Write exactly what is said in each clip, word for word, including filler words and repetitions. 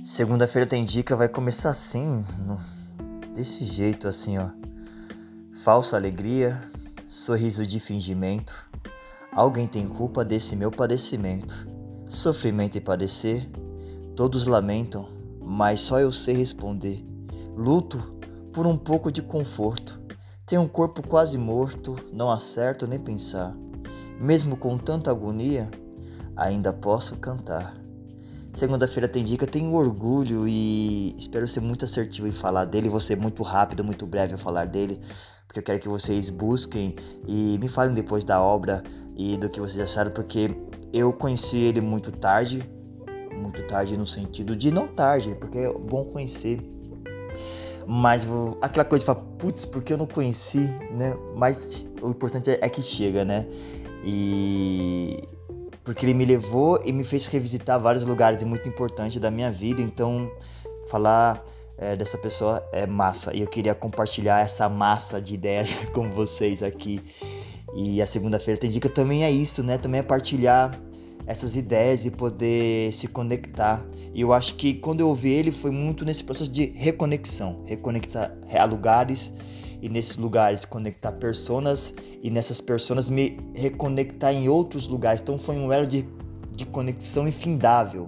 Segunda-feira tem dica, vai começar assim, no- desse jeito assim, ó. Falsa alegria, sorriso de fingimento. Alguém tem culpa desse meu padecimento. Sofrimento e padecer, todos lamentam, mas só eu sei responder. Luto por um pouco de conforto. Tenho um corpo quase morto, não acerto nem pensar. Mesmo com tanta agonia, ainda posso cantar. Segunda-feira tem dica, tenho orgulho e espero ser muito assertivo em falar dele. Vou ser muito rápido, muito breve ao falar dele, porque eu quero que vocês busquem e me falem depois da obra e do que vocês acharam, porque eu conheci ele muito tarde, muito tarde no sentido de não tarde, porque é bom conhecer. Mas vou- aquela coisa de falar, putz, porque eu não conheci, né? Mas o importante é, é que chega, né? E porque ele me levou e me fez revisitar vários lugares muito importantes da minha vida. Então, falar é, dessa pessoa é massa. E eu queria compartilhar essa massa de ideias com vocês aqui. E a segunda-feira tem dica também é isso, né? Também é partilhar essas ideias e poder se conectar. E eu acho que quando eu ouvi ele foi muito nesse processo de reconexão. Reconectar a lugares e nesses lugares conectar personas e nessas personas me reconectar em outros lugares. Então foi um elo de, de conexão infindável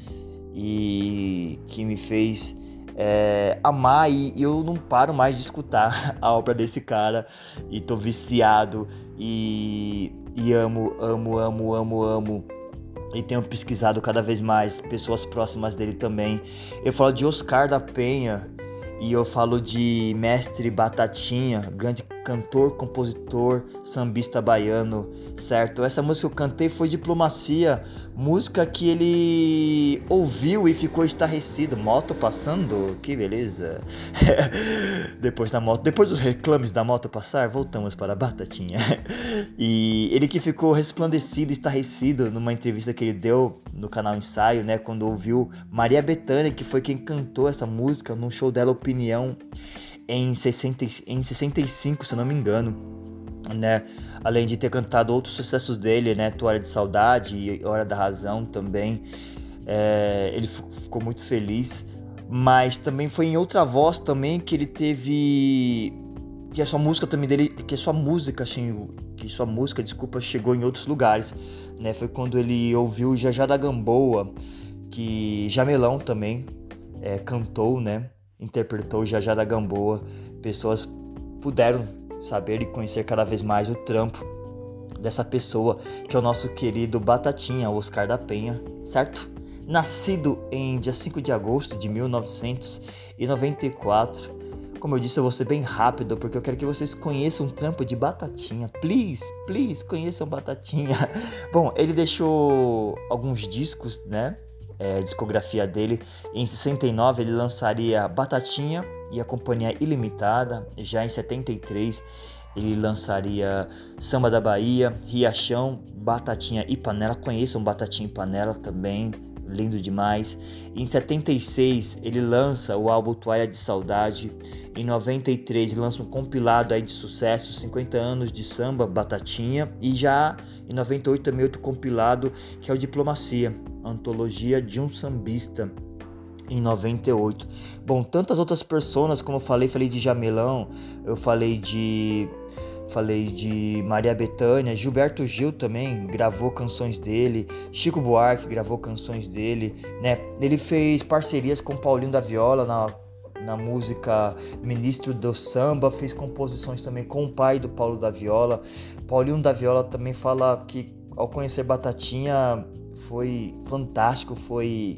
e que me fez é, amar, e eu não paro mais de escutar a obra desse cara e tô viciado e, e amo, amo, amo, amo, amo. E tenho pesquisado cada vez mais pessoas próximas dele também. Eu falo de Oscar da Penha e eu falo de Mestre Batatinha, grande cantor, compositor, sambista baiano, certo? Essa música que eu cantei foi Diplomacia, música que ele ouviu e ficou estarrecido. Moto passando, que beleza. Depois da moto, depois dos reclames da moto passar, voltamos para a Batatinha. E ele que ficou resplandecido, estarrecido numa entrevista que ele deu no canal Ensaio, né? Quando ouviu Maria Bethânia, que foi quem cantou essa música num show dela Opinião em, sessenta, em sessenta e cinco, se eu não me engano, né? Além de ter cantado outros sucessos dele, né? Toalha de Saudade e Hora da Razão também. É, ele f- ficou muito feliz. Mas também foi em outra voz também que ele teve... Que a sua música também dele... Que a sua música, assim, que sua música, desculpa, chegou em outros lugares, né? Foi quando ele ouviu Jajá da Gamboa, que Jamelão também é, cantou, né? Interpretou Jajá da Gamboa. Pessoas puderam saber e conhecer cada vez mais o trampo dessa pessoa, que é o nosso querido Batatinha, Oscar da Penha, certo? Nascido em dia cinco de agosto de mil novecentos e noventa e quatro. Como eu disse, eu vou ser bem rápido, porque eu quero que vocês conheçam o trampo de Batatinha. Please, please, conheçam Batatinha. Bom, ele deixou alguns discos, né? É, discografia dele. Em sessenta e nove ele lançaria Batatinha e a Companhia Ilimitada. Já em setenta e três ele lançaria Samba da Bahia, Riachão, Batatinha e Panela. Conheçam Batatinha e Panela também, lindo demais. Em setenta e seis ele lança o álbum Toalha de Saudade. Em noventa e três ele lança um compilado aí de sucesso, cinquenta anos de samba, Batatinha. E já em noventa e oito também outro compilado, que é o Diplomacia, Antologia de um Sambista, em noventa e oito. Bom, tantas outras personas, como eu falei, falei de Jamelão, eu falei de... Falei de Maria Bethânia, Gilberto Gil também gravou canções dele, Chico Buarque gravou canções dele, né? Ele fez parcerias com Paulinho da Viola na, na música Ministro do Samba, fez composições também com o pai do Paulo da Viola. Paulinho da Viola também fala que ao conhecer Batatinha foi fantástico, foi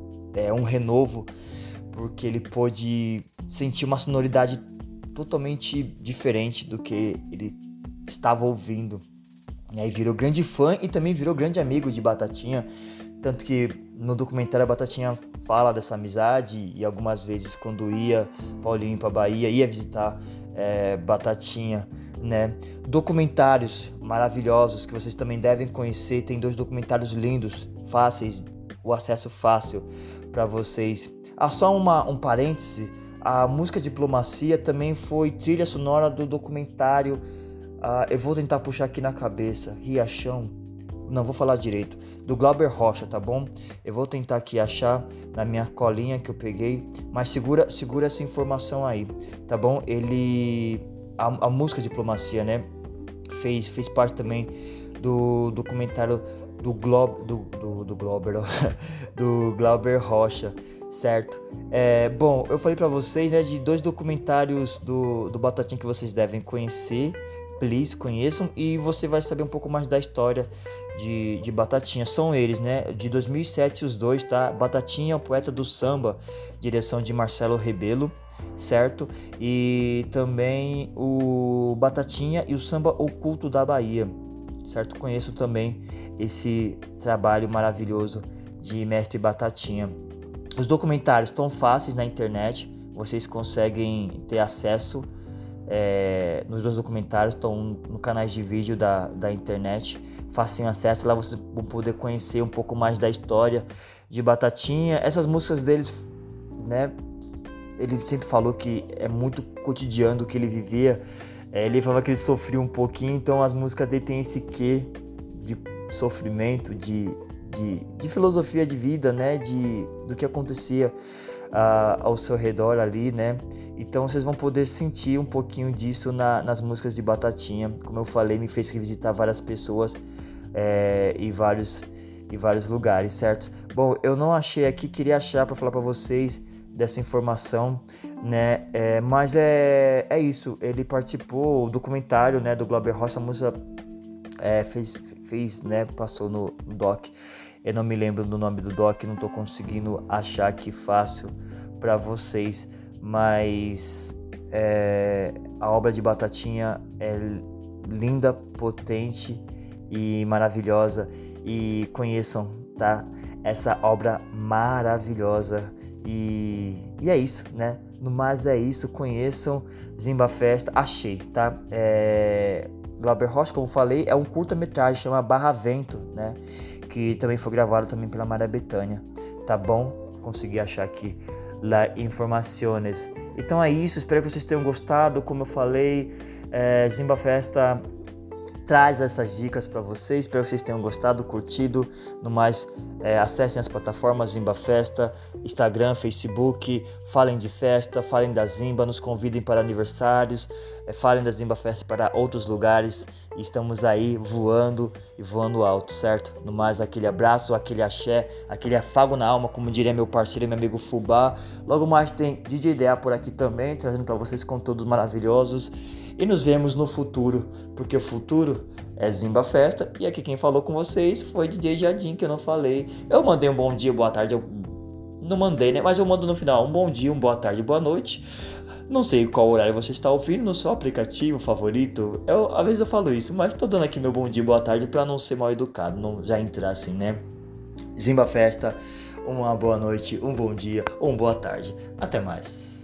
é, um renovo, porque ele pôde sentir uma sonoridade totalmente diferente do que ele estava ouvindo. E aí virou grande fã e também virou grande amigo de Batatinha, tanto que no documentário a Batatinha fala dessa amizade, e algumas vezes quando ia Paulinho para Bahia, ia visitar é, Batatinha, né? Documentários maravilhosos que vocês também devem conhecer, tem dois documentários lindos, fáceis, o acesso fácil para vocês. Ah, só uma, um parêntese, a música Diplomacia também foi trilha sonora do documentário, uh, eu vou tentar puxar aqui na cabeça, Riachão, Não, vou falar direito. Do Glauber Rocha, tá bom? Eu vou tentar aqui achar na minha colinha que eu peguei. Mas segura, segura essa informação aí, tá bom? Ele... A, a música Diplomacia, né? Fez, fez parte também do documentário do, Glo, do, do, do Glauber, do Glauber Rocha, certo? É, bom, eu falei pra vocês, né, de dois documentários do, do Batatinha que vocês devem conhecer. Please, conheçam, e você vai saber um pouco mais da história de, de Batatinha. São eles, né? De dois mil e sete os dois, tá? Batatinha, o poeta do samba, direção de Marcelo Rebelo, certo? E também o Batatinha e o Samba Oculto da Bahia, certo? Conheço também esse trabalho maravilhoso de Mestre Batatinha. Os documentários estão fáceis na internet, vocês conseguem ter acesso. É, nos dois documentários estão no canais de vídeo da, da internet, facinho acesso, lá vocês vão poder conhecer um pouco mais da história de Batatinha. Essas músicas deles, né, ele sempre falou que é muito cotidiano do que ele vivia, é, ele falava que ele sofria um pouquinho, então as músicas dele tem esse quê de sofrimento, de, de, de filosofia de vida, né, de, do que acontecia Uh, ao seu redor ali, né? Então vocês vão poder sentir um pouquinho disso na, nas músicas de Batatinha. Como eu falei, me fez revisitar várias pessoas é, e, vários, e vários lugares, certo? Bom, eu não achei aqui, queria achar para falar para vocês dessa informação, né? É, mas é, é isso, ele participou do documentário, né, do Glauber Rocha, a música é, fez, fez, né, passou no, no doc. Eu não me lembro do nome do doc, não tô conseguindo achar aqui fácil para vocês, mas é, a obra de Batatinha é linda, potente e maravilhosa, e conheçam, tá? Essa obra maravilhosa, e, e é isso, né? No mais é isso, conheçam Zimba Festa, achei, tá? É, Glauber Rocha, como falei, é um curta-metragem, chama Barra Vento, né? Que também foi gravado também pela Maria Bethânia, tá bom? Consegui achar aqui lá informações. Então é isso, espero que vocês tenham gostado. Como eu falei, é, Zimba Festa traz essas dicas para vocês, espero que vocês tenham gostado, curtido. No mais, é, acessem as plataformas Zimba Festa, Instagram, Facebook, falem de festa, falem da Zimba, nos convidem para aniversários, é, falem da Zimba Festa para outros lugares. Estamos aí voando e voando alto, certo? No mais, aquele abraço, aquele axé, aquele afago na alma, como diria meu parceiro e meu amigo Fubá. Logo mais tem D J Dea por aqui também, trazendo para vocês conteúdos maravilhosos. E nos vemos no futuro, porque o futuro é Zimba Festa. E aqui quem falou com vocês foi D J Jardim, que eu não falei. Eu mandei um bom dia, boa tarde, eu não mandei, né? Mas eu mando no final um bom dia, um boa tarde, boa noite. Não sei qual horário você está ouvindo no seu aplicativo favorito. Eu, às vezes eu falo isso, mas tô dando aqui meu bom dia, boa tarde para não ser mal educado, não já entrar assim, né? Zimba Festa, uma boa noite, um bom dia, uma boa tarde. Até mais.